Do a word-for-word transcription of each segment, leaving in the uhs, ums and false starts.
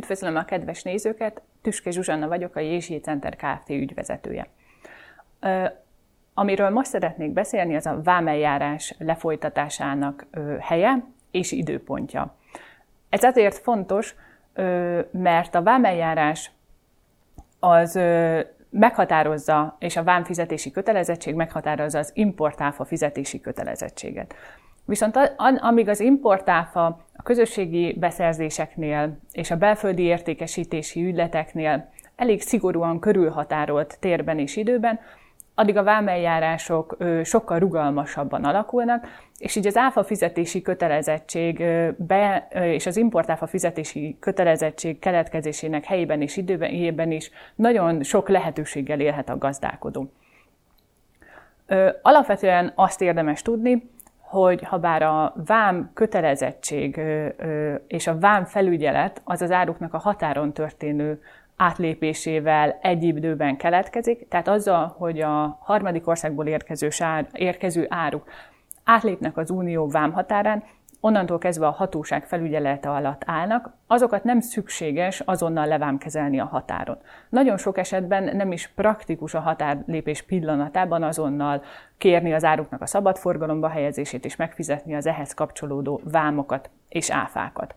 Üdvözlöm a kedves nézőket, Tüske Zsuzsanna vagyok, a jé zé Center Kft. Ügyvezetője. Amiről most szeretnék beszélni, az a vámeljárás lefolytatásának helye és időpontja. Ez azért fontos, mert a vámeljárás az meghatározza, és a vámfizetési kötelezettség meghatározza az importáfa fizetési kötelezettséget. Viszont amíg az importáfa a közösségi beszerzéseknél és a belföldi értékesítési ügyleteknél elég szigorúan körülhatárolt térben és időben, addig a vámeljárások sokkal rugalmasabban alakulnak, és így az áfa fizetési kötelezettség be, és az importáfa fizetési kötelezettség keletkezésének helyében és időben is nagyon sok lehetőséggel élhet a gazdálkodó. Alapvetően azt érdemes tudni, hogy ha bár a vám kötelezettség és a vám felügyelet az az áruknak a határon történő átlépésével egy időben keletkezik, tehát azzal, hogy a harmadik országból érkező, sár, érkező áruk átlépnek az unió vámhatárán, onnantól kezdve a hatóság felügyelete alatt állnak, azokat nem szükséges azonnal levámkezelni a határon. Nagyon sok esetben nem is praktikus a határlépés pillanatában azonnal kérni az áruknak a szabad forgalomba helyezését és megfizetni az ehhez kapcsolódó vámokat és áfákat.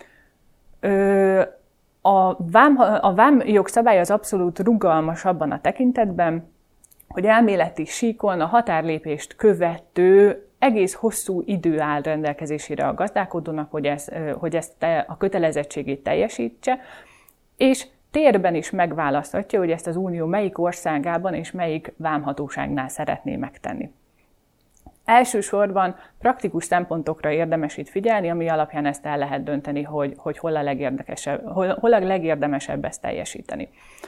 Ö, a, vám, a vám jogszabály az abszolút rugalmas abban a tekintetben, hogy elméleti síkon a határlépést követő egész hosszú idő áll rendelkezésére a gazdálkodónak, hogy, ez, hogy ezt a kötelezettségét teljesítse, és térben is megválaszthatja, hogy ezt az unió melyik országában és melyik vámhatóságnál szeretné megtenni. Elsősorban praktikus szempontokra érdemes itt figyelni, ami alapján ezt el lehet dönteni, hogy, hogy hol, a legérdekesebb, hol, hol a legérdemesebb ezt teljesíteni.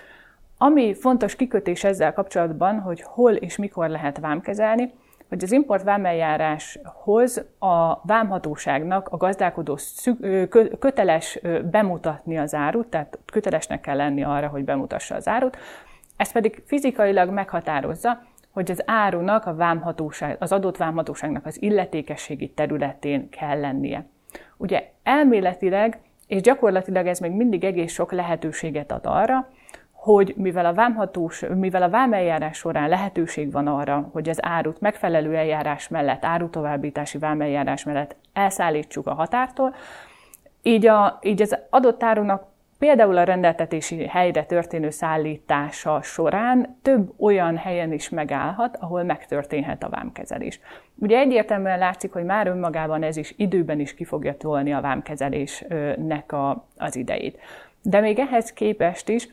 Ami fontos kikötés ezzel kapcsolatban, hogy hol és mikor lehet vámkezelni, hogy az import vámeljáráshoz a vámhatóságnak a gazdálkodó köteles bemutatni az árut, tehát kötelesnek kell lenni arra, hogy bemutassa az árut, ez pedig fizikailag meghatározza, hogy az árunak a vámhatóság, az adott vámhatóságnak az illetékességi területén kell lennie. Ugye elméletileg és gyakorlatilag ez még mindig egész sok lehetőséget ad arra, hogy mivel a, vámhatós, mivel a vámeljárás során lehetőség van arra, hogy az árut megfelelő eljárás mellett, árutovábbítási vámeljárás mellett elszállítsuk a határtól, így, a, így az adott árunak például a rendeltetési helyre történő szállítása során több olyan helyen is megállhat, ahol megtörténhet a vámkezelés. Ugye egyértelműen látszik, hogy már önmagában ez is időben is ki fogja tolni a vámkezelésnek a, az idejét. De még ehhez képest is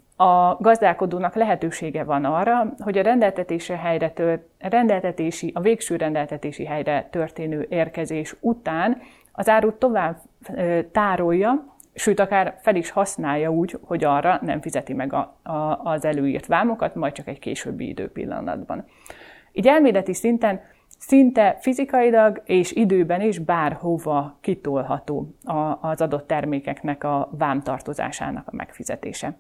a gazdálkodónak lehetősége van arra, hogy a rendeltetési helyre tört, rendeltetési, a végső rendeltetési helyre történő érkezés után az árut tovább tárolja, sőt, akár fel is használja úgy, hogy arra nem fizeti meg a, a, az előírt vámokat, majd csak egy későbbi időpillanatban. Így elméleti szinten szinte fizikailag és időben is bárhova kitolható az adott termékeknek a vámtartozásának a megfizetése.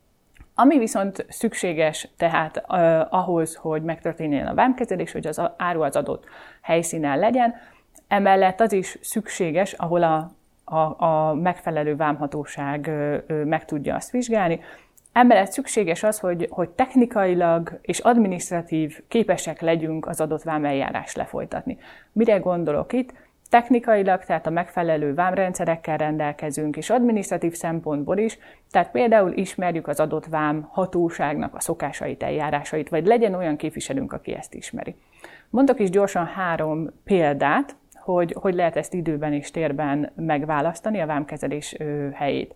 Ami viszont szükséges tehát eh, ahhoz, hogy megtörténjen a vámkezelés, hogy az áru az adott helyszínen legyen, emellett az is szükséges, ahol a, a, a megfelelő vámhatóság eh, meg tudja azt vizsgálni. Emellett szükséges az, hogy, hogy technikailag és adminisztratív képesek legyünk az adott vámeljárás lefolytatni. Mire gondolok itt? Technikailag, tehát a megfelelő vámrendszerekkel rendelkezünk, és adminisztratív szempontból is, tehát például ismerjük az adott vám hatóságnak a szokásait, eljárásait, vagy legyen olyan képviselőnk, aki ezt ismeri. Mondok is gyorsan három példát, hogy hogy lehet ezt időben és térben megválasztani a vámkezelés helyét.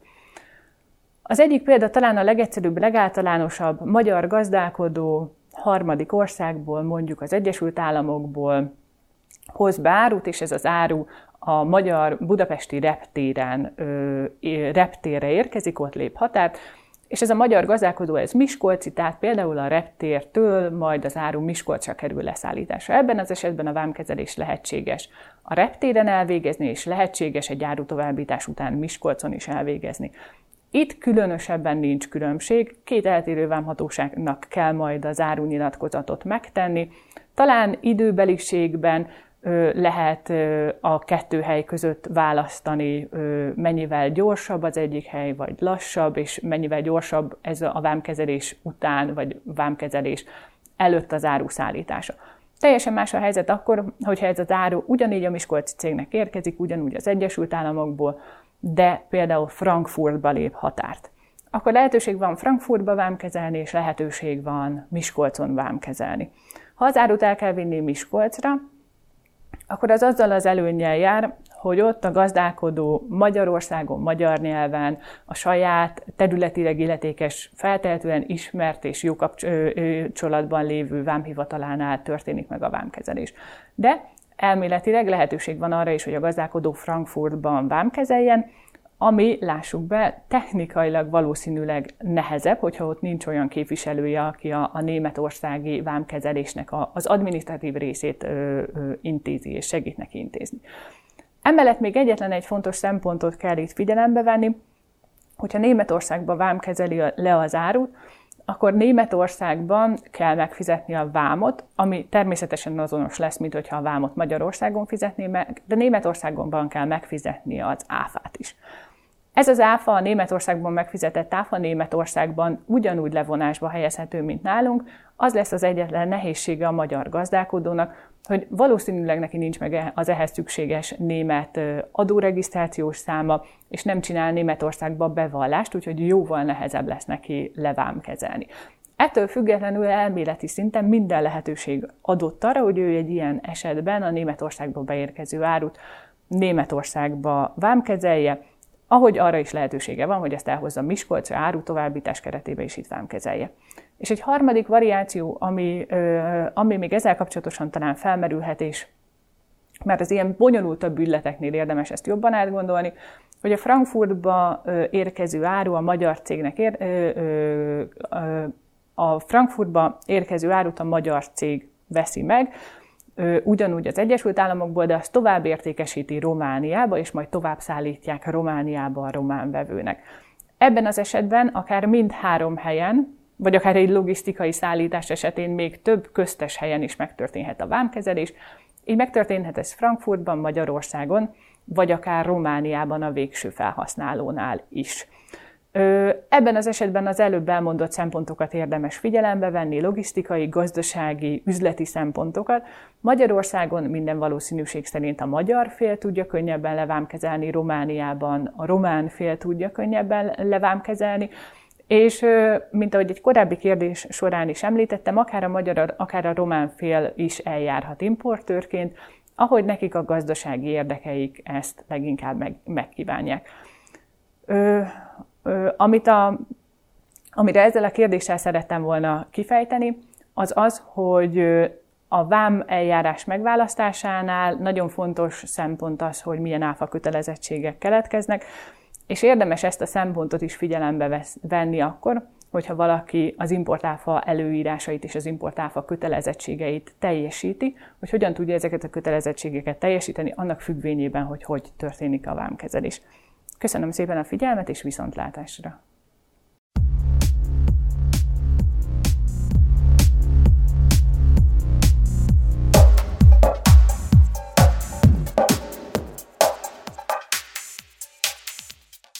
Az egyik példa talán a legegyszerűbb, legáltalánosabb magyar gazdálkodó harmadik országból, mondjuk az Egyesült Államokból hoz be árut, és ez az áru a magyar budapesti reptéren, reptérre érkezik, ott lép határt, és ez a magyar gazdálkodó, ez miskolci, tehát például a reptértől majd az áru Miskolcra kerül leszállításra. Ebben az esetben a vámkezelés lehetséges a reptéren elvégezni, és lehetséges egy áru továbbítás után Miskolcon is elvégezni. Itt különösebben nincs különbség, két eltérő vámhatóságnak kell majd az árunyilatkozatot megtenni, talán időbeliségben lehet a kettő hely között választani, mennyivel gyorsabb az egyik hely, vagy lassabb, és mennyivel gyorsabb ez a vámkezelés után, vagy vámkezelés előtt az áru szállítása. Teljesen más a helyzet akkor, hogyha ez az áru ugyanígy a miskolci cégnek érkezik, ugyanúgy az Egyesült Államokból, de például Frankfurtba lép határt. Akkor lehetőség van Frankfurtba vámkezelni, és lehetőség van Miskolcon vámkezelni. Ha az árut el kell vinni Miskolcra, akkor az azzal az előnnyel jár, hogy ott a gazdálkodó Magyarországon, magyar nyelven, a saját területileg illetékes, feltehetően ismert és jó kapcsolatban lévő vámhivatalánál történik meg a vámkezelés. De elméletileg lehetőség van arra is, hogy a gazdálkodó Frankfurtban vámkezeljen, ami, lássuk be, technikailag valószínűleg nehezebb, hogyha ott nincs olyan képviselője, aki a, a németországi vámkezelésnek a, az adminisztratív részét ö, ö, intézi és segít neki intézni. Emellett még egyetlen egy fontos szempontot kell itt figyelembe venni, hogyha Németországba vámkezeli le az árut, akkor Németországban kell megfizetni a vámot, ami természetesen azonos lesz, mint hogyha a vámot Magyarországon fizetné meg, de Németországban kell megfizetni az áfát is. Ez az áfa, a Németországban megfizetett áfa Németországban ugyanúgy levonásba helyezhető, mint nálunk. Az lesz az egyetlen nehézsége a magyar gazdálkodónak, hogy valószínűleg neki nincs meg az ehhez szükséges német adóregisztrációs száma, és nem csinál Németországba bevallást, úgyhogy jóval nehezebb lesz neki levámkezelni. Ettől függetlenül elméleti szinten minden lehetőség adott arra, hogy ő egy ilyen esetben a Németországba beérkező árut Németországba vámkezelje, ahogy arra is lehetősége van, hogy ezt elhozza Miskolcra áru továbbítás keretében is itt vámkezelje. És egy harmadik variáció, ami, ami még ezzel kapcsolatosan talán felmerülhet, és mert az ilyen bonyolultabb ügyleteknél érdemes ezt jobban átgondolni, hogy a Frankfurtba érkező áru a magyar cégnek ér, a Frankfurtba érkező árut a magyar cég veszi meg, ugyanúgy az Egyesült Államokból, de azt tovább értékesíti Romániába, és majd tovább szállítják Romániába a román vevőnek. Ebben az esetben akár mind három helyen, vagy akár egy logisztikai szállítás esetén még több köztes helyen is megtörténhet a vámkezelés. Így megtörténhet ez Frankfurtban, Magyarországon, vagy akár Romániában a végső felhasználónál is. Ebben az esetben az előbb elmondott szempontokat érdemes figyelembe venni, logisztikai, gazdasági, üzleti szempontokat. Magyarországon minden valószínűség szerint a magyar fél tudja könnyebben levámkezelni, Romániában a román fél tudja könnyebben levámkezelni, és mint ahogy egy korábbi kérdés során is említettem, akár a magyar, akár a román fél is eljárhat importőrként, ahogy nekik a gazdasági érdekeik ezt leginkább meg, megkívánják. Ö, ö, amit a, amire ezzel a kérdéssel szerettem volna kifejteni, az az, hogy a vám eljárás megválasztásánál nagyon fontos szempont az, hogy milyen áfa kötelezettségek keletkeznek, és érdemes ezt a szempontot is figyelembe venni akkor, hogyha valaki az importáfa előírásait és az importáfa kötelezettségeit teljesíti, hogy hogyan tudja ezeket a kötelezettségeket teljesíteni, annak függvényében, hogy hogy történik a vámkezelés. Köszönöm szépen a figyelmet, és viszontlátásra!